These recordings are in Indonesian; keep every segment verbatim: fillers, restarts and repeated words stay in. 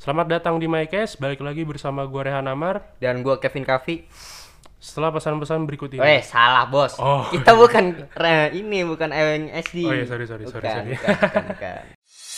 Selamat datang di MyCast, balik lagi bersama gue Rehan Amar. Dan gue Kevin Kavi. Setelah pesan-pesan berikut ini. Eh salah bos. Oh. Kita bukan re- ini bukan Ewing S D. Oh iya, sorry, sorry, sorry, bukan, sorry. bukan, bukan, bukan.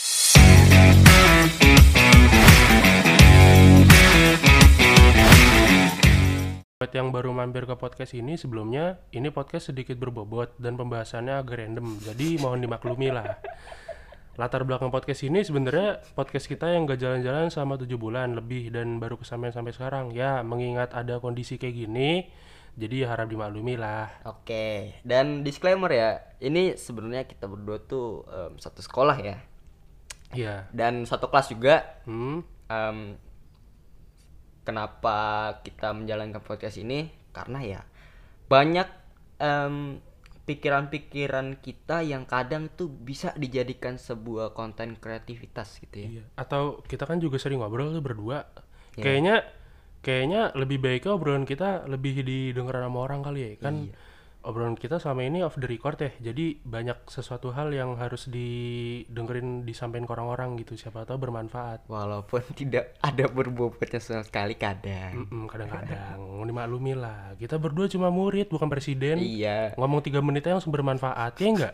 Buat yang baru mampir ke podcast ini, sebelumnya ini podcast sedikit berbobot dan pembahasannya agak random, jadi mohon dimaklumi lah. Latar belakang podcast ini sebenarnya podcast kita yang gak jalan-jalan selama tujuh bulan lebih dan baru kesampaian sampai sekarang. Ya, mengingat ada kondisi kayak gini, jadi harap dimaklumi lah. Oke. Dan disclaimer ya, ini sebenarnya kita berdua tuh em, satu sekolah ya. Iya. Dan satu kelas juga. Hmm. Em, kenapa kita menjalankan podcast ini? Karena ya banyak em, pikiran-pikiran kita yang kadang tuh bisa dijadikan sebuah konten kreativitas gitu ya. Iya. Atau kita kan juga sering ngobrol tuh berdua. Iya. Kayaknya kayaknya lebih baiknya obrolan kita lebih didengar sama orang kali ya. Kan Iya. obrolan kita selama ini off the record ya. Jadi banyak sesuatu hal yang harus didengerin disampaikan ke orang-orang gitu. Siapa tahu bermanfaat. Walaupun tidak ada berbobotnya sama sekali kadang. Mm-mm, kadang-kadang dimaklumi lah. Kita berdua cuma murid bukan presiden. Iya. Ngomong tiga menit aja langsung bermanfaat ya enggak?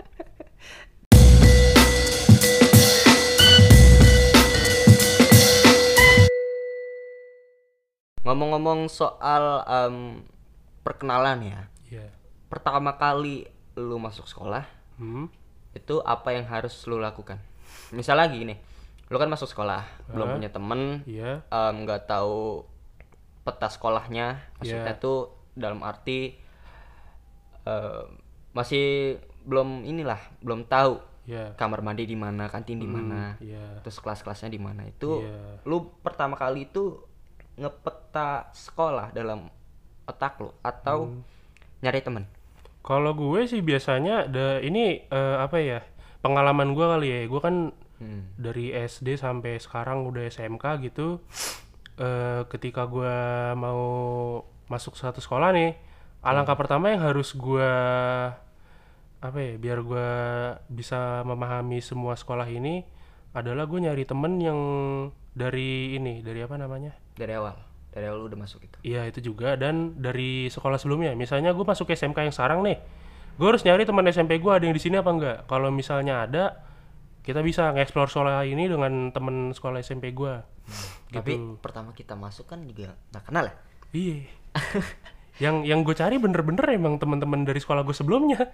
Ngomong-ngomong soal em, perkenalan ya. Iya. Pertama kali lu masuk sekolah, Hmm. itu apa yang harus lu lakukan? Misalnya gini, lu kan masuk sekolah, belum Ah. punya temen, Iya. em, nggak tahu peta sekolahnya, maksudnya Iya. tuh dalam arti em, masih belum inilah, belum tahu Iya. kamar mandi di mana, kantin di mana, Iya. terus kelas-kelasnya di mana. Itu Iya. lu pertama kali itu ngepeta sekolah dalam otak lu atau Hmm. nyari temen? Kalau gue sih biasanya da, ini eh, apa ya, pengalaman gue kali ya. Gue kan Hmm. dari S D sampai sekarang udah S M K gitu. Eh, ketika gue mau masuk satu sekolah nih, alangkah pertama yang harus gue apa ya, biar gue bisa memahami semua sekolah ini adalah gue nyari temen yang dari ini, dari apa namanya? Dari awal, dari awal lu udah masuk itu. Iya itu juga, dan dari sekolah sebelumnya. Misalnya gue masuk S M K yang sekarang nih, gue harus nyari teman S M P gue ada yang di sini apa enggak. Kalau misalnya ada, kita bisa nge-explore sekolah ini dengan teman sekolah S M P gue. Gitu. Tapi pertama kita masuk kan juga nggak kenal ya. Iya. yang yang gue cari bener-bener emang teman-teman dari sekolah gue sebelumnya.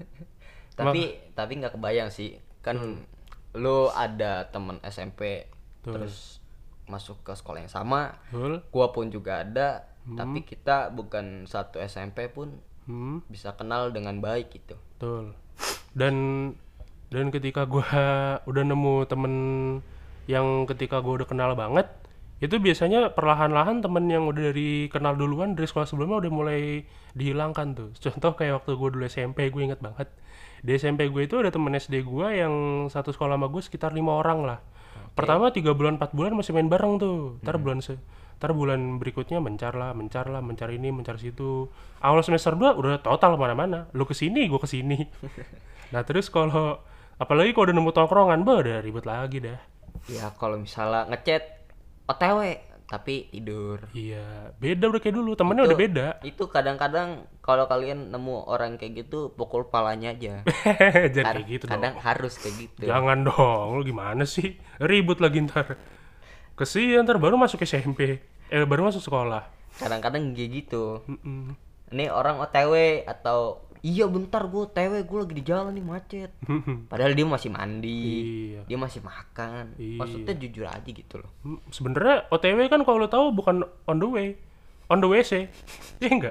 Tapi tapi nggak kebayang sih kan lu ada temen S M P Betul. terus masuk ke sekolah yang sama. Betul. Gua pun juga ada, tapi kita bukan satu S M P pun Hmm, bisa kenal dengan baik gitu. betul. Dan dan ketika gue udah nemu temen yang ketika gue udah kenal banget, itu biasanya perlahan-lahan temen yang udah dari kenal duluan dari sekolah sebelumnya udah mulai dihilangkan tuh. Contoh kayak waktu gue dulu S M P, gue inget banget. Di S M P gue itu ada temen S D gue yang satu sekolah sama gue sekitar lima orang lah. Pertama tiga bulan empat bulan masih main bareng tuh. Ntar bulan se ntar bulan berikutnya mencar lah, mencar lah, mencar ini, mencar situ. Awal semester dua udah total mana-mana. Lu kesini, gue kesini. Nah terus kalau apalagi kalau udah nemu tongkrongan, bah udah ribet lagi dah. Ya kalau misalnya ngechat O T W tapi tidur. Iya, beda udah kayak dulu, temennya Itu- udah beda. Itu kadang-kadang kalau kalian nemu orang kayak gitu pukul palanya aja. Jangan Kad- kayak gitu kadang dong. harus kayak gitu. Jangan dong, lu gimana sih? Ribut lagi ntar. Kesian ntar baru masuk S M P. Eh baru masuk sekolah. Kadang-kadang kayak gitu. Mm-mm. Ini orang O T W atau iya bentar gue O T W, gue lagi di jalan nih macet. Padahal dia masih mandi, Iya. dia masih makan. Iya. Maksudnya jujur aja gitu loh. Hmm, sebenarnya O T W kan kalau lo tahu bukan on the way, on the W C. Iya enggak?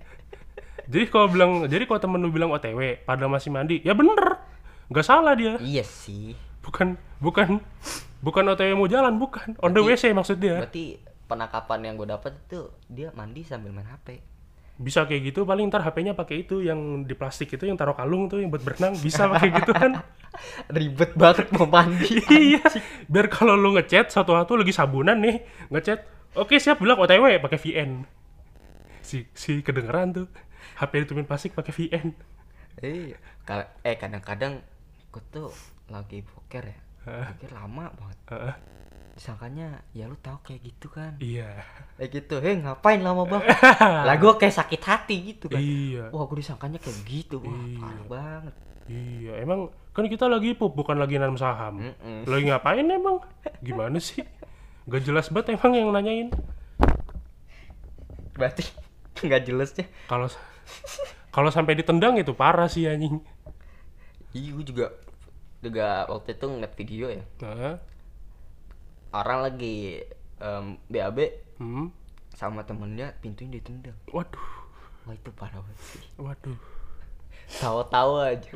Jadi kalau bilang, jadi kalau temen lu bilang O T W padahal masih mandi, ya bener. Nggak salah dia. Iya sih. Bukan bukan bukan O T W mau jalan, bukan. On the W C maksud dia. Berarti penangkapan yang gue dapat itu dia mandi sambil main H P. Bisa kayak gitu, paling ntar H P-nya pakai itu yang di plastik itu yang taruh kalung tuh yang buat berenang, bisa pakai gitu kan. Ribet banget mau mandi. Iya, biar kalau lu ngechat satu-satu lagi sabunan nih, ngechat, oke siap bilang O T W pakai V N. Si si kedengeran tuh. H P ditutupin plastik pakai V N. Iya. Ka- Eh kadang-kadang gue tuh lagi boker ya. Hah? Boker lama banget. Heeh. disangkanya ya lu tahu kayak gitu kan. Iya. Kayak gitu, heh ngapain lama banget. Lah gue kayak sakit hati gitu kan. Iya. Wah gue disangkanya kayak gitu, wah Iya. parah banget. Iya, emang kan kita lagi pup bukan lagi nanam saham. Mm-mm. Lagi ngapain emang? Gimana sih? Gak jelas banget emang yang nanyain. Berarti nggak jelas ya. Kalau kalau sampai ditendang itu parah sih anjing. Iya gue juga juga waktu itu ngeliat video ya. Nah, Orang lagi em, B A B hmm. sama temennya pintunya ditendang. Waduh, Wah itu parah banget sih. waduh. Tawa-tawa aja.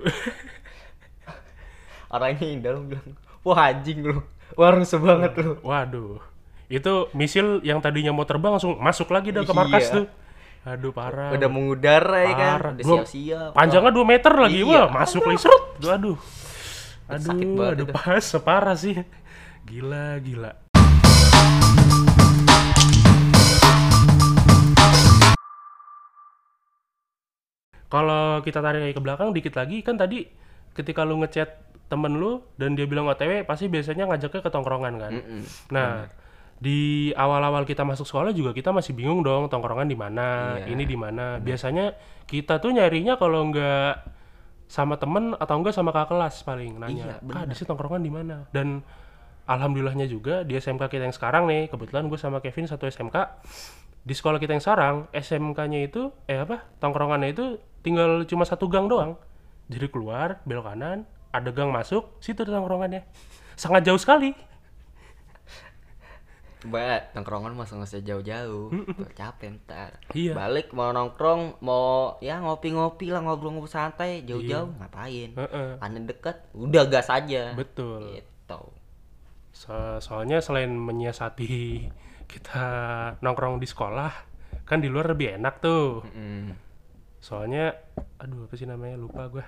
Orangnya yang dalam bilang, wah anjing lu, wah rusuh banget lu. Waduh. Itu misil yang tadinya mau terbang langsung masuk lagi dah ke markas Iya. tuh. Aduh parah. Udah mengudara ya kan, Parah. udah Belum- siap-siap. Panjangnya dua meter lagi, Iya. wah masuk lagi serut. Aduh. Aduh, Sakit banget aduh itu. pas separah sih. Gila, gila. Kalau kita tarik lagi ke belakang dikit lagi, kan tadi ketika lu ngechat temen lu dan dia bilang O T W, pasti biasanya ngajaknya ke tongkrongan kan. Mm-mm. Nah, di awal-awal kita masuk sekolah juga kita masih bingung dong tongkrongan di mana, Iya. ini di mana. Biasanya kita tuh nyarinya kalau nggak sama temen atau enggak sama kakak kelas paling nanya, Iya, "Kak, bener. di sini tongkrongan di mana?" Dan alhamdulillahnya juga di S M K kita yang sekarang nih, kebetulan gue sama Kevin satu S M K. Di sekolah kita yang sekarang, S M K-nya itu eh apa? Tongkrongannya itu tinggal cuma satu gang doang. Jadi keluar, belok kanan, ada gang masuk, situ ada tongkrongannya. Sangat jauh sekali. Coba tongkrongan masa nggak usah jauh-jauh, tuh, capek ntar. Iya. Balik mau nongkrong, mau ya ngopi-ngopi lah, ngobrol-ngobrol santai, jauh-jauh ngapain? Heeh. Karena deket, udah gas aja. Betul. Gitu. So- soalnya selain menyiasati kita nongkrong di sekolah, kan di luar lebih enak tuh. Mm. Soalnya, aduh apa sih namanya, lupa gue.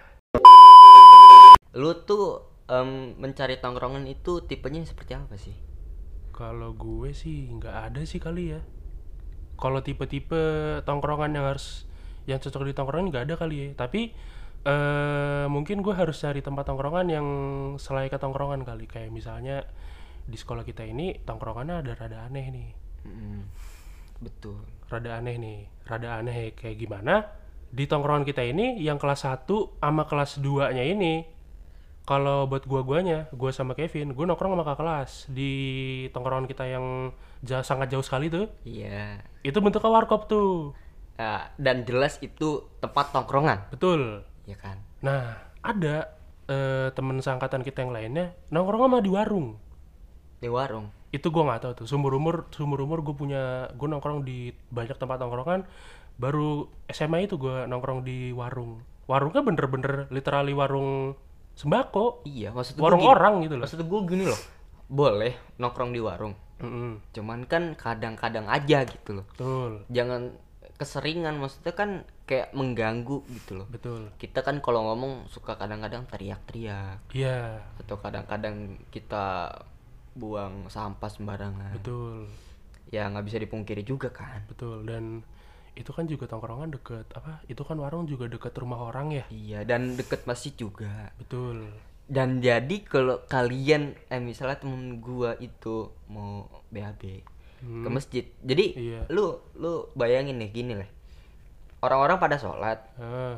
Lu tuh em, mencari tongkrongan itu tipenya seperti apa sih? Kalau gue sih nggak ada sih kali ya. Kalau tipe-tipe tongkrongan yang harus yang cocok di tongkrongan nggak ada kali ya. Tapi eh mungkin gue harus cari tempat tongkrongan yang selayaknya tongkrongan kali. Kayak misalnya di sekolah kita ini tongkrongannya ada rada aneh nih. Mm. Betul. Rada aneh nih. Rada aneh kayak gimana? Di tongkrongan kita ini yang kelas satu sama kelas dua-nya ini, kalau buat gua-guanya, gua sama Kevin, gua nongkrong sama kakak kelas di tongkrongan kita yang ja- sangat jauh sekali tuh. Iya. Itu bentuknya warkop tuh. Ah, dan jelas itu tempat tongkrongan, Betul. ya kan? Nah, ada eh, temen seangkatan kita yang lainnya nongkrong sama di warung. Di warung. Itu gua nggak tahu tuh. Sumur umur sumur umur gue punya, gue nongkrong di banyak tempat tongkrongan. Baru S M A itu gua nongkrong di warung. Warungnya bener-bener literally warung sembako. Iya, maksud Warung gua gini- orang gitu loh. Maksud gue gini loh, boleh nongkrong di warung, Mm-mm. cuman kan kadang-kadang aja gitu loh. Betul, Jangan keseringan, maksudnya kan kayak mengganggu gitu loh. betul. Kita kan kalau ngomong suka kadang-kadang teriak-teriak, Iya, atau kadang-kadang kita buang sampah sembarangan. betul, Ya nggak bisa dipungkiri juga kan. betul. Dan itu kan juga tongkrongan deket apa? Itu kan warung juga deket rumah orang ya. Iya, dan deket masjid juga. Betul. Dan jadi kalau kalian eh misalnya temen gua itu mau B A B ke masjid, jadi Iya. lu lu bayangin nih gini lah, orang-orang pada sholat, Ah,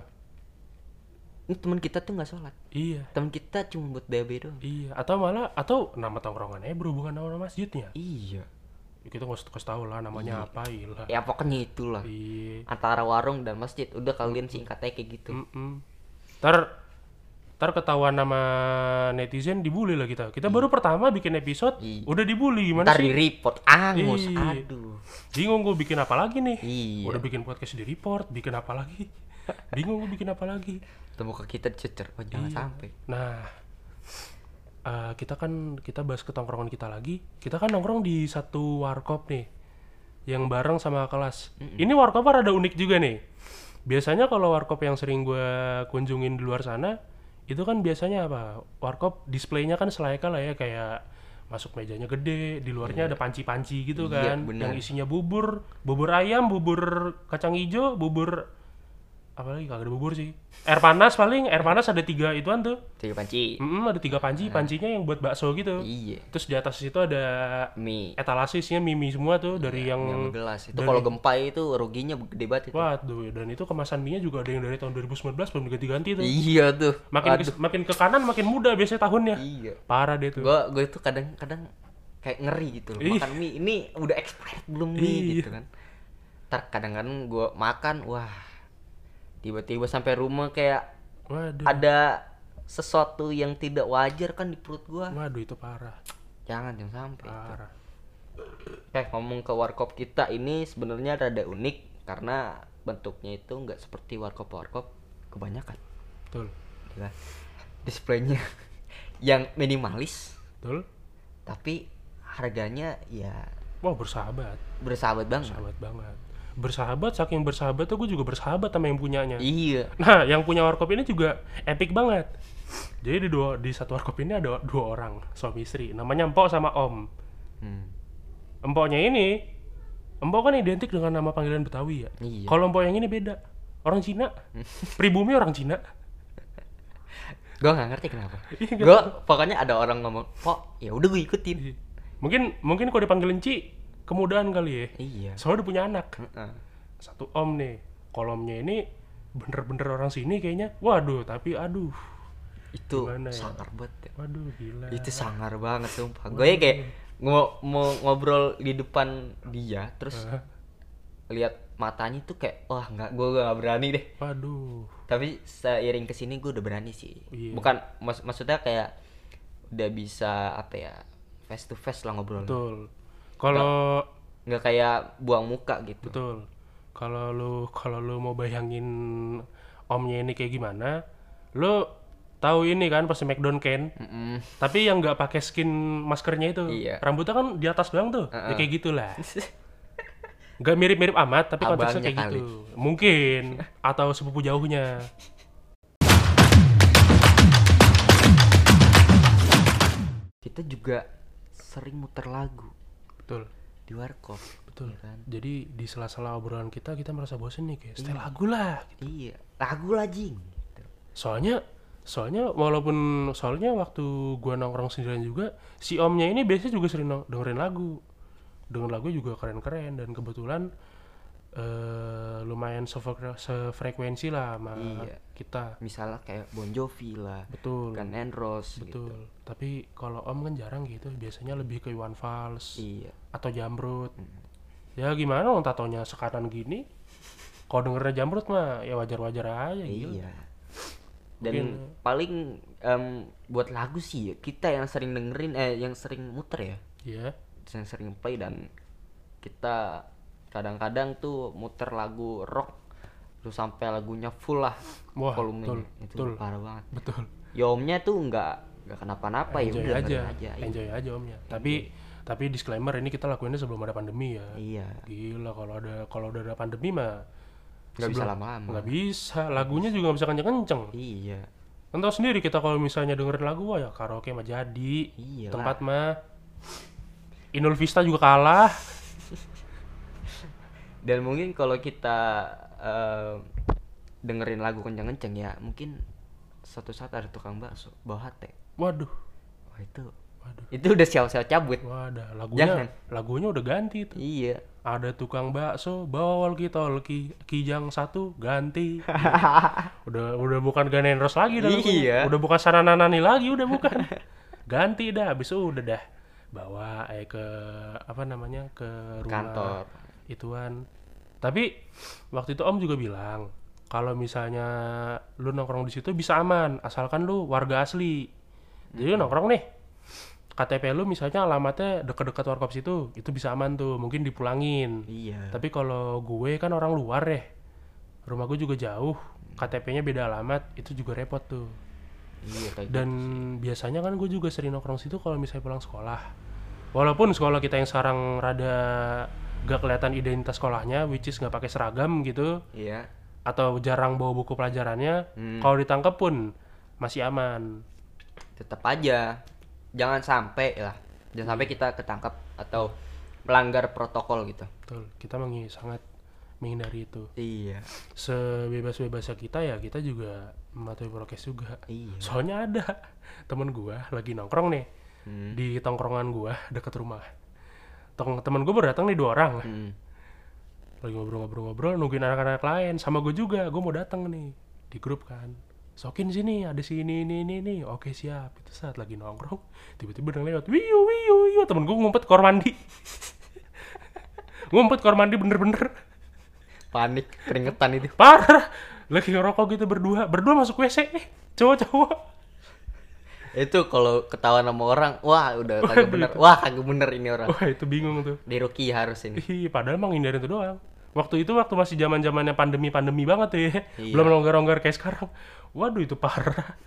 ini temen kita tuh nggak sholat, iya, temen kita cuma buat B A B doang. iya. Atau malah atau nama tongkrongannya berhubungan sama masjidnya. Iya, Ya, kita nggak usah kasih tahu lah namanya apa, ilah. ya pokoknya itulah Iya. antara warung dan masjid, udah kalian singkat aja kayak gitu. Mm-mm. Ntar, ntar ketahuan nama netizen dibully lah kita. Kita baru pertama bikin episode, Iya. udah dibully gimana Ntar sih? di report angus, Iya. aduh. Bingung gue bikin apa lagi nih? Iya. Udah bikin podcast di report, bikin apa lagi? Bingung gue bikin apa lagi? Temu ke kita dicecer, oh jangan Iya. sampai. Nah, eh, kita kan kita bahas ke tongkrongan kita lagi. Kita kan nongkrong di satu warkop nih, yang bareng sama kelas. Ini warkopnya rada unik juga nih. Biasanya kalau warkop yang sering gue kunjungin di luar sana, itu kan biasanya apa? Warkop displaynya kan selayaknya lah ya, kayak masuk mejanya gede, di luarnya ada panci-panci gitu Iya, kan, bener. yang isinya bubur, bubur ayam, bubur kacang hijau, bubur apalagi kagak ada bubur sih. Air panas paling, air panas ada tiga ituan tuh. Tiga panci. Mm, ada tiga panci, pancinya yang buat bakso gitu. Iya. Terus di atas itu ada Mie. etalase isinya mie-mie semua tuh dari yang Yang gelas itu dari- kalau gempa itu ruginya gede banget itu. Waduh, dan itu kemasan mie-nya juga ada yang dari tahun dua ribu sembilan belas belum diganti-ganti tuh. Iya tuh. Makin ke, makin ke kanan makin muda biasanya tahunnya. Iya. Parah deh tuh. Gua gue itu kadang-kadang kayak ngeri gitu loh. Ih. Makan mie ini udah expired belum nih Iya. gitu kan. Ntar kadang-kadang gue makan, wah tiba-tiba sampai rumah kayak Waduh. ada sesuatu yang tidak wajar kan di perut gua. Waduh itu parah. Jangan jangan sampai. Parah. Oke, ngomong ke warkop kita ini sebenarnya rada unik karena bentuknya itu nggak seperti warkop-warkop kebanyakan. Betul. Ya. Displaynya yang minimalis Betul. tapi harganya ya Wah, bersahabat. bersahabat banget. Bersahabat banget. Bersahabat, saking bersahabat tuh gue juga bersahabat sama yang punyanya. Iya. Nah, yang punya warkop ini juga epic banget. Jadi di dua di satu warkop ini ada dua orang, suami istri. Namanya Empok sama Om. Hmm. Empoknya ini, Empok kan identik dengan nama panggilan Betawi ya. Iya. Kalau Empok yang ini beda. Orang Cina. Pribumi orang Cina. Gue nggak ngerti kenapa. Iya, nggak Gue pokoknya ada orang ngomong, "Pok, ya udah gue ikutin." Mungkin mungkin kalau dipanggilin Ci, kemudahan kali ya. Iya. Soalnya udah punya anak. Heeh. Satu Om nih. Kolomnya ini bener-bener orang sini kayaknya. Waduh, tapi aduh. Itu Gimana ya? sangar banget ya. Waduh, gila. Itu sangar banget sumpah. Gue kayak ngo- mau ngobrol di depan dia terus Hah? lihat matanya tuh kayak wah nggak, gue nggak berani deh. Waduh. Tapi seiring kesini gue udah berani sih. Iya. Bukan mak- maksudnya kayak udah bisa apa ya, face to face lah ngobrol. Betul. Kalau Nggak kayak buang muka gitu. betul. Kalau lu kalau lu mau bayangin omnya ini kayak gimana, lu tahu ini kan pas Smackdown Ken, Mm-mm. tapi yang nggak pakai skin maskernya itu. Iya. Rambutnya kan di atas doang tuh. Ya Uh-uh. kayak gitulah. Nggak mirip-mirip amat, tapi konteksnya Abangnya kayak kali. gitu. Mungkin atau sepupu jauhnya. Kita juga sering muter lagu Betul. di warkop. Betul. Iya kan? Jadi di sela-sela obrolan kita kita merasa bosen nih kayak setel lagu lah. Iya, lagu lah jing. Gitu. Soalnya soalnya walaupun soalnya waktu gua nongkrong sendirian juga si omnya ini biasanya juga sering nong- dengerin lagu. Dengerin lagu juga keren-keren dan kebetulan eh, lumayan sefre- sefrekuensi lah sama Iya. kita. Misalnya kayak Bon Jovi lah, Betul. Guns N' Roses Betul. gitu. Tapi kalau om kan jarang gitu. Biasanya lebih ke Iwan Fals Iya. atau Jamrut. Ya gimana orang tatonya sekanan gini. Kalau dengernya Jamrut mah ya wajar-wajar aja gitu. Iya. Dan Mungkin- paling em, buat lagu sih ya, kita yang sering dengerin eh yang sering muter ya, Iya. yang sering play dan kita kadang-kadang tuh muter lagu rock tuh sampai lagunya full lah Wah, volumenya. betul, Itu betul. parah banget. Betul. Ya omnya tuh nggak nggak kenapa-napa ya Enjoy udah aja. dengerin aja. Iya. Enjoy aja omnya. Tapi tapi disclaimer ini kita lakuinnya sebelum ada pandemi ya. Iya. Gila kalau ada kalau udah ada pandemi mah Nggak bisa sebelum- lama-lama. nggak bisa. Lagunya juga nggak bisa kenceng-kenceng. Iya. Kan tahu sendiri kita kalau misalnya dengerin lagu wah ya karaoke mah jadi. Iyalah. Tempat mah Inul Vista juga kalah. Dan mungkin kalau kita eh, dengerin lagu kenceng-kenceng ya mungkin suatu saat ada tukang bakso bawa hate. Waduh. Wah itu Waduh. itu udah sial-sial cabut. Wadah, lagunya Jangan. lagunya udah ganti tuh. Iya. Ada tukang bakso bawa walkie talkie kijang satu ganti. udah udah bukan Guns N' Roses lagi dah lagunya. Iya. Udah bukan Sananani lagi udah bukan. Ganti dah habis itu udah dah bawa eh ke apa namanya ke rumah Kantor. ituan. Tapi waktu itu Om juga bilang kalau misalnya lu nongkrong di situ bisa aman asalkan lu warga asli. Jadi lu nongkrong nih K T P lu misalnya alamatnya dekat-dekat warkop situ, itu bisa aman tuh, mungkin dipulangin. Iya. Tapi kalau gue kan orang luar ya, rumah gue juga jauh, K T P-nya beda alamat, itu juga repot tuh. Iya kayak Dan biasanya kan gue juga sering nongkrong situ kalau misalnya pulang sekolah. Walaupun sekolah kita yang sekarang rada gak kelihatan identitas sekolahnya, which is gak pakai seragam gitu, gitu. Iya. atau jarang bawa buku pelajarannya, Hmm. kalau ditangkap pun masih aman. Tetap aja jangan sampai lah. Jangan sampai kita ketangkap atau melanggar protokol gitu. Betul, kita mengi sangat menghindari itu. Iya. Sebebas-bebasnya kita ya kita juga mematuhi prokes juga. Iya. Soalnya ada temen gua lagi nongkrong nih Hmm. di tongkrongan gua dekat rumah. Tong temen gua baru datang nih dua orang. Hmm. Lagi ngobrol-ngobrol-ngobrol nungguin anak-anak lain sama gue juga. Gue mau datang nih di grup kan. Sokin sini ada si ini ini ini ini. Oke siap. Itu saat lagi nongkrong tiba-tiba udah lewat. Wiu wiu wiu. Temen gue ngumpet ke kamar mandi. Ngumpet ke kamar mandi bener-bener. Panik, keringetan itu. Parah. Lagi ngerokok gitu berdua. Berdua masuk W C. Cowok-cowok. Itu kalau ketahuan sama orang, wah udah kagak bener. Wah kagak bener ini orang. Wah itu bingung tuh. Di Ruki harus ini. Ih, padahal emang hindarin itu doang. Waktu itu waktu masih zaman-zamannya pandemi-pandemi banget tuh ya. Iya. Belum longgar-longgar kayak sekarang. Waduh itu parah.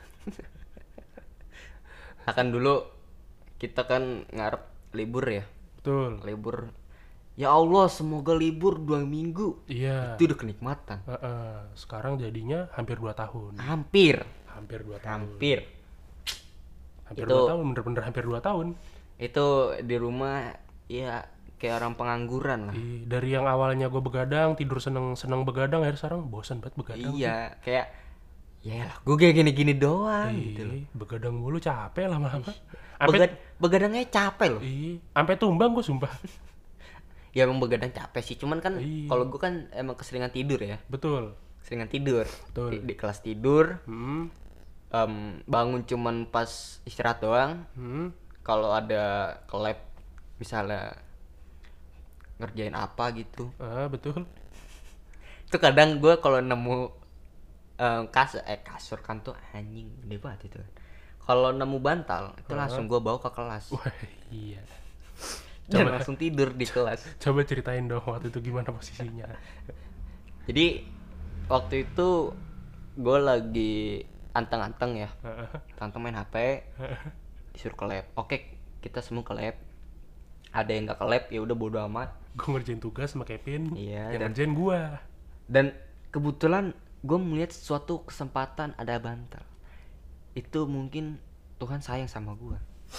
Akan dulu kita kan ngarep libur ya. Betul. Libur. Ya Allah, semoga libur dua minggu. Iya. Itu udah kenikmatan. Uh-uh. Sekarang jadinya hampir dua tahun. Hampir. Hampir dua tahun. Hampir. Hampir Itu- dua tahun, bener-bener hampir dua tahun. Itu di rumah ya kayak orang pengangguran lah. Ih, dari yang awalnya gue begadang, tidur seneng-seneng begadang, akhirnya sekarang bosan banget begadang. Iya, kayak ya lah, gue kayak gini-gini doang Ih, gitu loh. begadang mulu capek lama-lama. Begad, Sampai begadangnya capek loh. ih, sampai tumbang gue sumpah. Ya emang begadang capek sih, cuman kan Iya. kalau gue kan emang keseringan tidur ya. Betul. Keseringan tidur. Betul. Di, di kelas tidur, Hmm. em, bangun cuman pas istirahat doang. Hmm. Kalau ada ke lab misalnya ngerjain apa gitu. Ah, betul. Itu kadang gue kalau nemu em, kasur eh kasur kan tuh anjing gede banget itu. Kalau nemu bantal itu langsung gue bawa ke kelas. Wah, iya. Dan Coba- langsung tidur di kelas. Coba ceritain dong waktu itu gimana posisinya. Jadi waktu itu gue lagi anteng-anteng ya, anteng main H P, disuruh ke lab. Oke, kita semua ke lab. Ada yang nggak ke lab ya udah bodo amat. Gue ngerjain tugas sama Kevin. Iya, Yang dan- ngerjain gue. Dan kebetulan gue melihat suatu kesempatan ada bantal. Itu mungkin Tuhan sayang sama gue.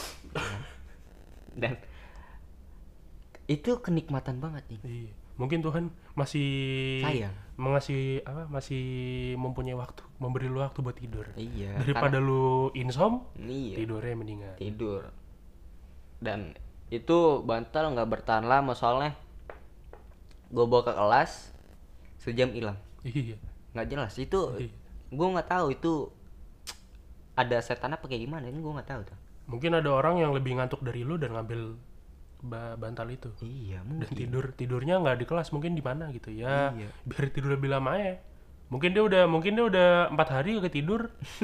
Dan itu kenikmatan banget nih. Iya. Mungkin Tuhan masih Sayang. mengasih apa? Masih mempunyai waktu, memberi lu waktu buat tidur. Iya. Daripada lu insom, karena- iya. tidurnya mendingan. Tidur. Dan itu bantal nggak bertahan lama soalnya gue bawa ke kelas sejam hilang, Iya. nggak jelas itu. Iya. Gue nggak tahu itu ada setan apa kayak gimana, ini gue nggak tahu tuh. Mungkin ada orang yang lebih ngantuk dari lu dan ngambil ba- bantal itu. Iya Dan mungkin. tidur tidurnya nggak di kelas, mungkin di mana gitu ya. Iya. Biar tidur lebih lama ya. Mungkin dia udah mungkin dia udah empat hari kagak tidur.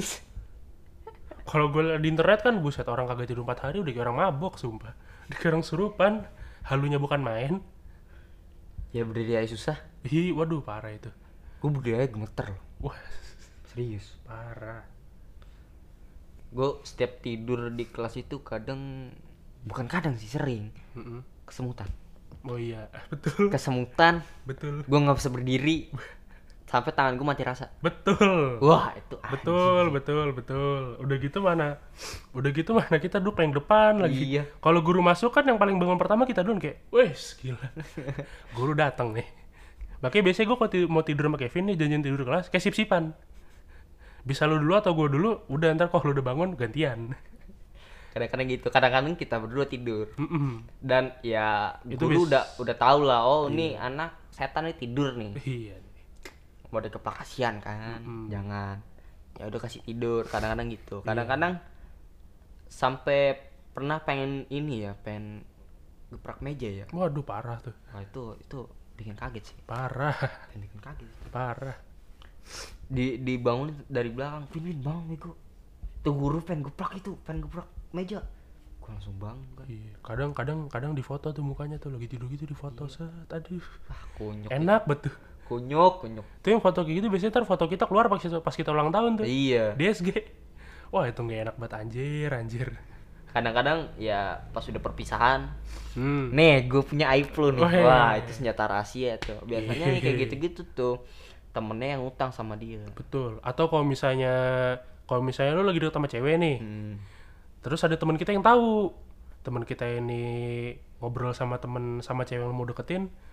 Kalau gue di internet kan buset, orang kagak tidur empat hari udah kayak orang mabok sumpah. Udah kayak orang surupan, halunya bukan main. Ya berdiri aja susah. Ih, waduh parah itu. Gue berdiri aja gemeter loh, Wah, serius. parah. Gue setiap tidur di kelas itu kadang, bukan kadang sih, sering Mm-mm. kesemutan. Oh iya, betul. Kesemutan, Betul. gue nggak bisa berdiri sampai tangan gue mati rasa. Betul. Wah itu Betul, betul, betul. Udah gitu mana? Udah gitu mana kita duduk paling depan lagi. Iya. Kalau guru masuk kan yang paling bangun pertama kita duluan kayak, wes gila. Guru datang nih. Makanya biasanya gue kalau ti- mau tidur sama Kevin nih, janjian tidur di kelas, kayak sip-sipan. Bisa lu dulu atau gue dulu, udah ntar kalau lu udah bangun gantian. Kadang-kadang gitu, kadang-kadang kita berdua tidur. Mm-mm. Dan ya Itu guru bis- udah udah tahu lah, oh nih anak setan nih tidur nih. Iya. Mau ada kepakasian kan, Mm-mm. jangan. Ya udah kasih tidur, kadang-kadang gitu. Iya. Kadang-kadang sampai pernah pengen ini ya, pengen geprak meja ya. Waduh parah tuh. Wah itu itu bikin kaget sih, Parah. pengen bikin kaget. Parah. Di dibangun dari belakang, Vin bangun bego. Tuh guru pengen geprak itu, pengen geprak meja. Gua langsung bangun kan. Iya. Kadang kadang kadang di foto tuh mukanya tuh lagi tidur gitu di foto set. Aduh. Ah kunyuk. Enak betul. Kunyuk, kunyuk. Tuh yang foto kayak gitu biasanya ntar foto kita keluar pas kita, pas kita ulang tahun tuh. Iya. D S G. Wah itu gak enak banget anjir, anjir. Kadang-kadang ya pas udah perpisahan, Hmm. nih gue punya iPhone nih. Wah. Wah itu senjata rahasia tuh. Biasanya nih Iya. kayak gitu-gitu tuh temennya yang utang sama dia. Betul. Atau kalau misalnya kalau misalnya lu lagi deket sama cewek nih, Hmm. terus ada teman kita yang tahu teman kita ini ngobrol sama temen sama cewek yang mau deketin,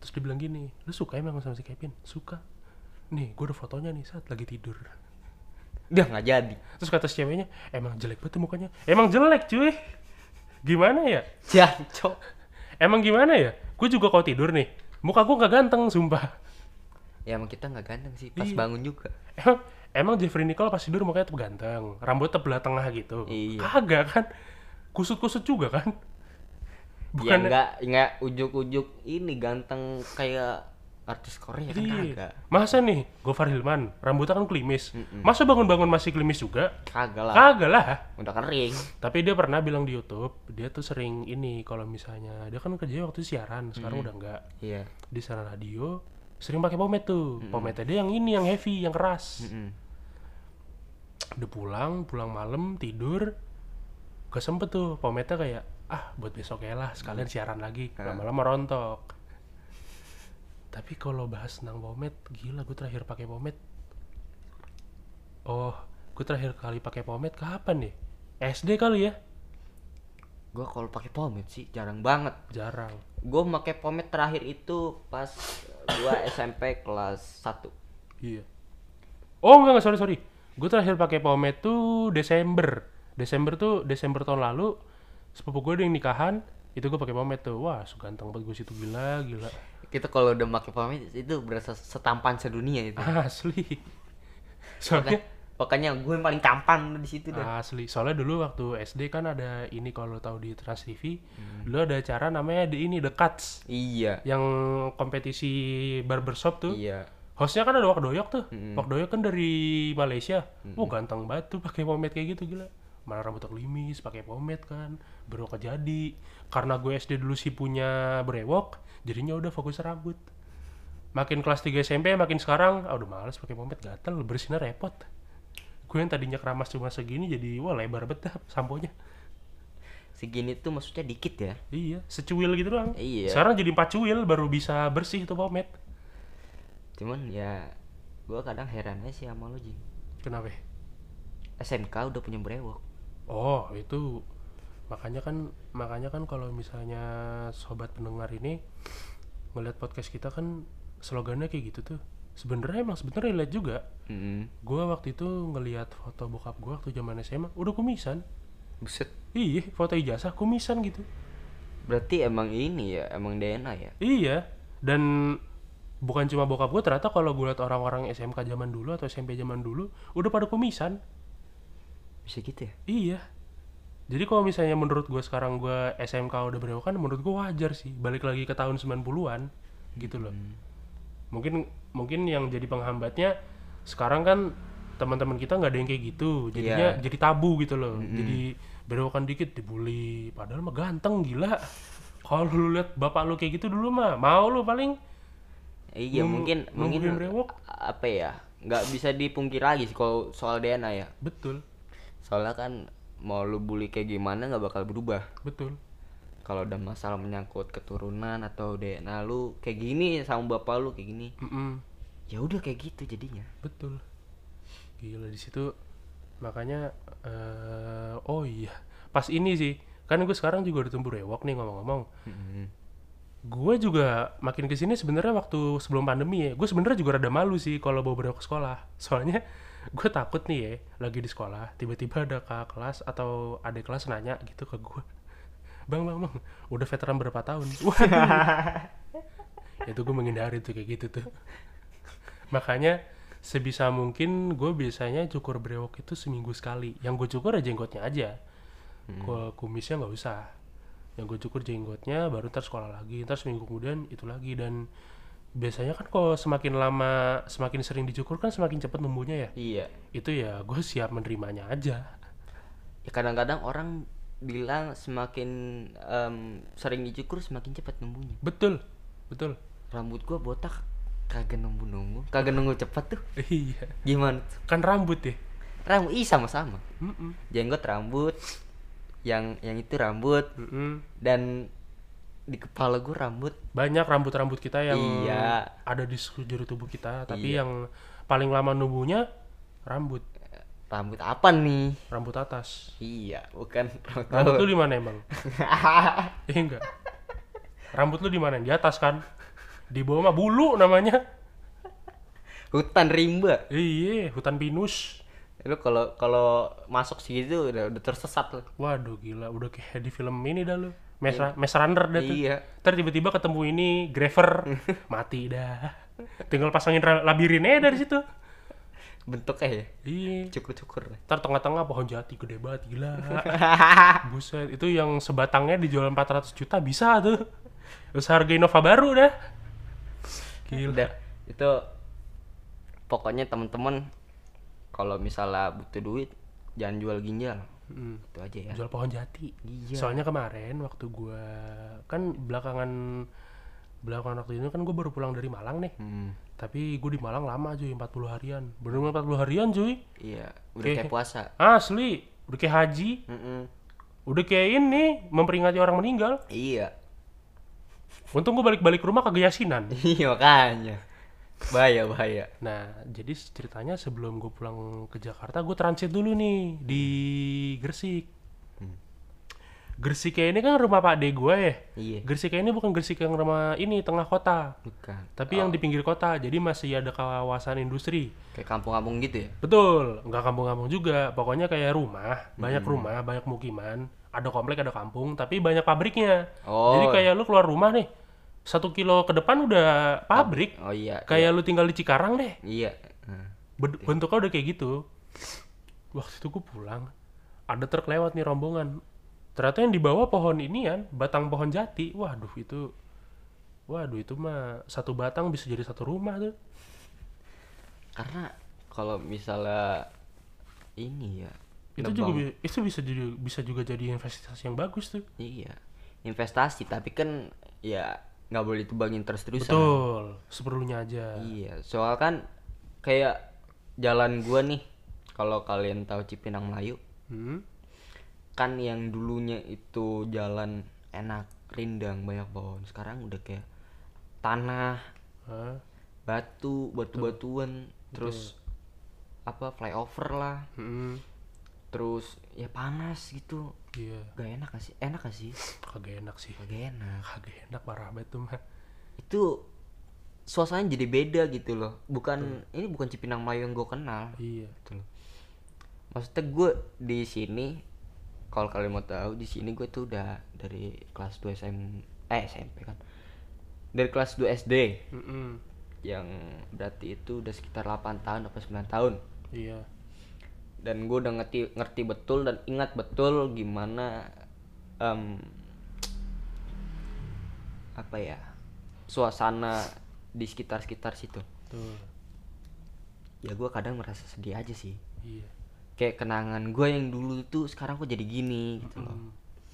Terus dia bilang gini, lu suka emang sama si Kevin? Suka. Nih gue ada fotonya nih saat lagi tidur. Dia nggak jadi. Terus kata si ceweknya, emang jelek banget mukanya. Emang jelek cuy. Gimana ya? Jancok. Emang gimana ya? Gue juga kalau tidur nih, muka gue gak ganteng sumpah. Ya emang kita nggak ganteng sih pas Iya. bangun juga. Emang emang Jeffrey Nicole pas tidur mukanya tetap ganteng, rambut tebelah tengah gitu. Iya. Kagak kan? Kusut-kusut juga kan? Ya nggak nggak ujuk-ujuk ini ganteng kayak artis Korea kan Iya. kagak. Masa nih, Gofar Hilman, rambutnya kan klimis. Masa bangun-bangun masih klimis juga? Kagak lah. Kagak lah. Udah kering. Tapi dia pernah bilang di YouTube, dia tuh sering ini kalau misalnya dia kan kerjanya waktu itu siaran, sekarang udah enggak. Iya. Di siaran radio sering pakai pomade tuh. Pomade dia yang ini, yang heavy, yang keras. Mm-mm. Udah pulang, pulang malam, tidur. Gak sempet tuh, pomade-nya kayak ah buat besok ya lah, sekalian siaran lagi. Lama-lama rontok. Tapi kalau bahas tentang pomade, gila gue terakhir pakai pomade. Oh, gue terakhir kali pakai pomade kapan nih? S D kali ya? Gue kalau pakai pomade sih jarang banget. Jarang. Gue pakai pomade terakhir itu pas gua S M P kelas satu. Iya. Oh enggak, enggak sorry sorry. Gue terakhir pakai pomade tuh Desember. Desember tuh Desember tahun lalu. Sepupu gue ada yang nikahan, itu gue pakai pomade tuh. Wah, ganteng banget gue situ, gila gila. Kita kalau udah pakai pomade itu berasa setampan sedunia itu. Asli. Soalnya Pokoknya gue yang paling tampan di situ dah. asli. Soalnya dulu waktu S D kan ada ini kalau tahu di Trans T V, dulu ada acara namanya The ini The Cuts. Iya. Yang kompetisi barbershop tuh. Iya. Hostnya kan ada Wak Doyok tuh. Mm-mm. Wak Doyok kan dari Malaysia. Wah, ganteng banget tuh pakai pomade kayak gitu, gila. Mana rambutnya klimis, pakai pomade kan. Berewok jadi. Karena gue S D dulu sih punya brewok, jadinya udah fokus rambut. Makin kelas tiga S M P, makin sekarang, ah udah males pakai pomade, gatel, bersihinnya repot. Gue yang tadinya keramas cuma segini jadi wah lebar banget dah samponya. Segini tuh maksudnya dikit ya. Iya, secuil gitu doang. Iya. Sekarang jadi empat cuil baru bisa bersih tuh pomade. Cuman ya gue kadang heran aja sih sama lo, Jing. Kenapa? S M K udah punya brewok. Oh, itu makanya kan makanya kan kalau misalnya sobat pendengar ini ngeliat podcast kita kan slogannya kayak gitu tuh. Sebenarnya emang sebenarnya relate juga. Mm-mm. Gue waktu itu ngeliat foto bokap gue waktu zaman S M A udah kumisan. Buset. Iya, foto ijazah kumisan gitu. Berarti emang ini ya, emang D N A ya. Iya, dan bukan cuma bokap gue, ternyata kalau gue liat orang-orang S M K zaman dulu atau S M P zaman dulu udah pada kumisan. Bisa gitu ya. Iya. Jadi kalau misalnya menurut gue sekarang gue S M K udah berewokan, menurut gue wajar sih. Balik lagi ke tahun sembilan puluhan gitu loh. Hmm. Mungkin mungkin yang jadi penghambatnya sekarang kan teman-teman kita nggak ada yang kayak gitu. Jadinya Iya. jadi tabu gitu loh. Mm-mm. Jadi berewokan dikit dibully. Padahal mah ganteng gila. Kalau lu lihat bapak lu kayak gitu dulu mah mau lu paling Iya Nunggu- mungkin mungkin nungguin brewok. apa ya? Nggak bisa dipungkir lagi sih kalau soal D N A ya. betul, Soalnya kan mau lu bully kayak gimana nggak bakal berubah. betul. Kalau udah masalah menyangkut keturunan atau D N A lu kayak gini sama bapak lu kayak gini, Mm-mm. ya udah kayak gitu jadinya. Betul. Gila di situ makanya eh oh iya, pas ini sih. Kan gue sekarang juga udah tumbuh rewok nih ngomong-ngomong. Mm-mm. Gue juga makin kesini sebenarnya waktu sebelum pandemi ya. Gue sebenarnya juga rada malu sih kalau bawa brewok ke sekolah. Soalnya gue takut nih ya, lagi di sekolah tiba-tiba ada kakak kelas atau adik kelas nanya gitu ke gue. Bang, bang, bang, udah veteran berapa tahun? Waduh. Itu gue menghindari tuh kayak gitu tuh. Makanya sebisa mungkin gue biasanya cukur brewok itu seminggu sekali. Yang gue cukur ya jenggotnya aja. Gue kumisnya nggak usah. Yang gue cukur jenggotnya baru ntar sekolah lagi. Ntar seminggu kemudian itu lagi. Dan biasanya kan kalau semakin lama semakin sering dicukur kan semakin cepat numbuhnya ya. Iya. Itu ya gue siap menerimanya aja. Ya kadang-kadang orang bilang semakin em, sering dicukur semakin cepat numbuhnya. Betul, betul. Rambut gua botak kagak numbu-numbu, kagak nunggu cepat tuh. Iya. Gimana tuh? Kan rambut ya. Rambut ih sama-sama. Mm-mm. Jenggot rambut, yang yang itu rambut, Mm-mm. dan di kepala gua rambut. Banyak rambut-rambut kita yang Iya. ada di sekujur tubuh kita, tapi Iya. yang paling lama numbuhnya rambut, Rambut apa nih? rambut atas. Iya, bukan rambut. Rambut lu di mana emang? Eh enggak. Rambut lu di mana? Di atas kan? Di bawah mah bulu namanya. Hutan rimba. Iya, hutan pinus. Lu kalau kalau masuk situ udah udah tersesat lu. Waduh gila, udah kayak di film ini dah lu. Maze, Ra- Maze Runner dah tuh. Iya. Ntar tiba-tiba ketemu ini Graver, mati dah. Tinggal pasangin ra- labirinnya dari situ. Bentuknya ya. Iya. Cukur-cukur. Ntar tengah-tengah pohon jati gede banget gila. Buset, itu yang sebatangnya dijual empat ratus juta bisa tuh. Terus harga Innova baru dah. Gila. Udah. Itu pokoknya teman-teman kalau misalnya butuh duit jangan jual ginjal. Mm. Itu aja ya. Jual pohon jati. Iya. Soalnya kemarin waktu gua kan belakangan belakangan waktu itu kan gue baru pulang dari Malang nih. Hmm. Tapi gue di Malang lama cuy, empat puluh harian. Bener-bener empat puluh harian cuy. Iya, udah Oke. kayak puasa. Asli, udah kayak haji, Mm-mm. udah kayak ini memperingati orang meninggal. Iya. Untung gue balik-balik rumah kagak yasinan. Iya makanya. Bahaya bahaya. Nah, jadi ceritanya sebelum gue pulang ke Jakarta, gue transit dulu nih di Gresik. Hmm. Gresik kayak ini kan rumah Pak De gue ya. Iya. Gresik kayak ini bukan Gresik yang rumah ini tengah kota, Bukan. tapi yang di pinggir kota. Jadi masih ada kawasan industri. Kayak kampung-kampung gitu ya. Betul, nggak kampung-kampung juga. Pokoknya kayak rumah, banyak Hmm. rumah, banyak mukiman. Ada komplek, ada kampung, tapi banyak pabriknya. Oh. Jadi kayak lu keluar rumah nih, satu kilo ke depan udah pabrik. Oh iya. Kayak lu tinggal di Cikarang deh. Iya. Nah. Ben- bentuknya udah kayak gitu. Waktu itu gue pulang, ada truk lewat nih rombongan. Ternyata yang di bawah pohon inian, batang pohon jati. Waduh itu, waduh itu mah satu batang bisa jadi satu rumah tuh. Karena kalau misalnya ini ya. Itu nebang- juga bi- itu bisa jadi bisa juga jadi investasi yang bagus tuh. Iya. Investasi tapi kan ya nggak boleh ditebangin terus-terusan. Betul, seperlunya aja. Iya, soal kan kayak jalan gua nih, kalau kalian tahu Cipinang Melayu, Hmm? kan yang dulunya itu jalan enak, rindang, banyak pohon. Sekarang udah kayak tanah, Hah? batu, batu-batuan, terus apa flyover lah, Hmm. terus ya panas gitu. Iya, Gak enak gak sih? Enak gak sih? kagak enak sih. Kagak enak. Kagak enak parah banget tuh mah. Itu suasananya jadi beda gitu loh. Bukan ini bukan Cipinang Melayu yang gue kenal. Iya. Gitu loh. Maksudnya gue di sini, kalau kalian mau tahu, di sini gue tuh udah dari kelas dua S M eh S M P kan, dari kelas dua S D, Mm-mm. yang berarti itu udah sekitar delapan tahun atau sembilan tahun. Iya. Dan gue udah ngerti ngerti betul dan ingat betul gimana em, apa ya, suasana di sekitar sekitar situ. Tuh. Ya gue kadang merasa sedih aja sih, Iya. kayak kenangan gue yang dulu itu sekarang kok jadi gini gitu loh. Mm.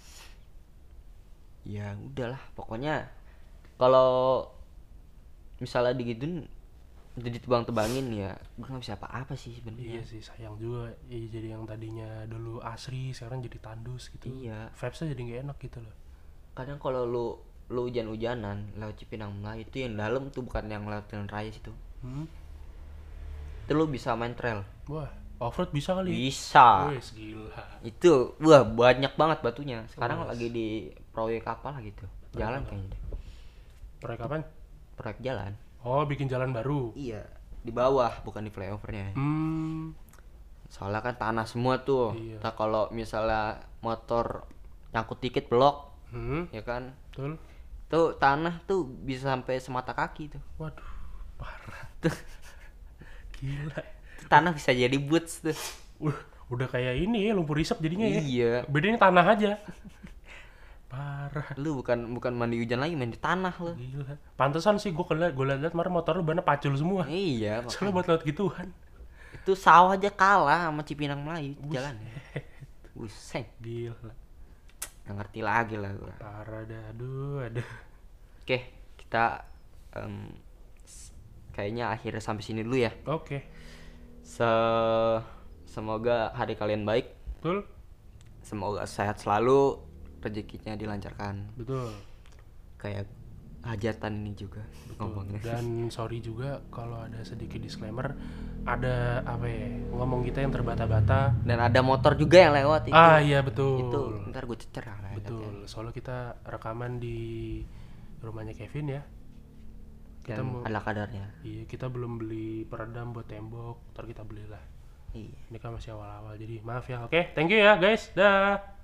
Ya udahlah, pokoknya kalau misalnya digituin jadi tebang-tebangin ya gue nggak bisa apa-apa sih Iya sebenarnya. sih, sayang juga. Iya, jadi yang tadinya dulu asri sekarang jadi tandus gitu. Iya. Vibes-nya jadi nggak enak gitu loh. Kadang kalau lu lu hujan-hujanan lewat Cipinang Melayu itu yang dalam tuh bukan yang lewat jalan raya situ. Hmm? Itu lu bisa main trail. Wah, off-road bisa kali. Bisa. Wes gila. Itu wah banyak banget batunya. Sekarang Wes. lagi di proyek apa lah gitu. Jalan kayaknya deh. Proyek apaan? Proyek jalan. Oh, bikin jalan baru. Iya, di bawah bukan di flyovernya. Hmm. Soalnya kan tanah semua tuh. Iya. Nah, kalau misalnya motor nyangkut dikit blok, Hmm. ya kan? Betul. Tuh tanah tuh bisa sampai semata kaki tuh. Waduh, parah. Tuh, Gila. tanah bisa jadi boots tuh. Uh, udah kayak ini ya, lumpur isep jadinya ya. Iya. Bedanya tanah aja. Parah. Lu bukan bukan mandi hujan lagi, main di tanah lu. Gila. Pantesan sih gue liat gue liat kemarin motor lu bannya pacul semua. Iya, Soalnya makanya. buat lewat gituan. Itu sawah aja kalah sama Cipinang Melayu jalan. Buset. Gila. Nggak ngerti lagi lah gua. Parah dah. Aduh, aduh. Oke, kita em, s- kayaknya akhirnya sampai sini dulu ya. Oke. Se- semoga hari kalian baik. Betul? Semoga sehat selalu, rezekinya dilancarkan. Betul. Kayak hajatan ini juga ngomongnya. Dan sorry juga kalau ada sedikit disclaimer, ada apa ya, ngomong kita yang terbata-bata. Dan ada motor juga yang lewat itu. Ah iya betul. Itu ntar gue cecer lah. Betul. Soalnya kita rekaman di rumahnya Kevin ya. Kita dan mau ala kadarnya. iya, kita belum beli peredam buat tembok, ntar kita belilah. Iya. Ini kan masih awal-awal, jadi maaf ya. Oke, thank you ya guys. Dah.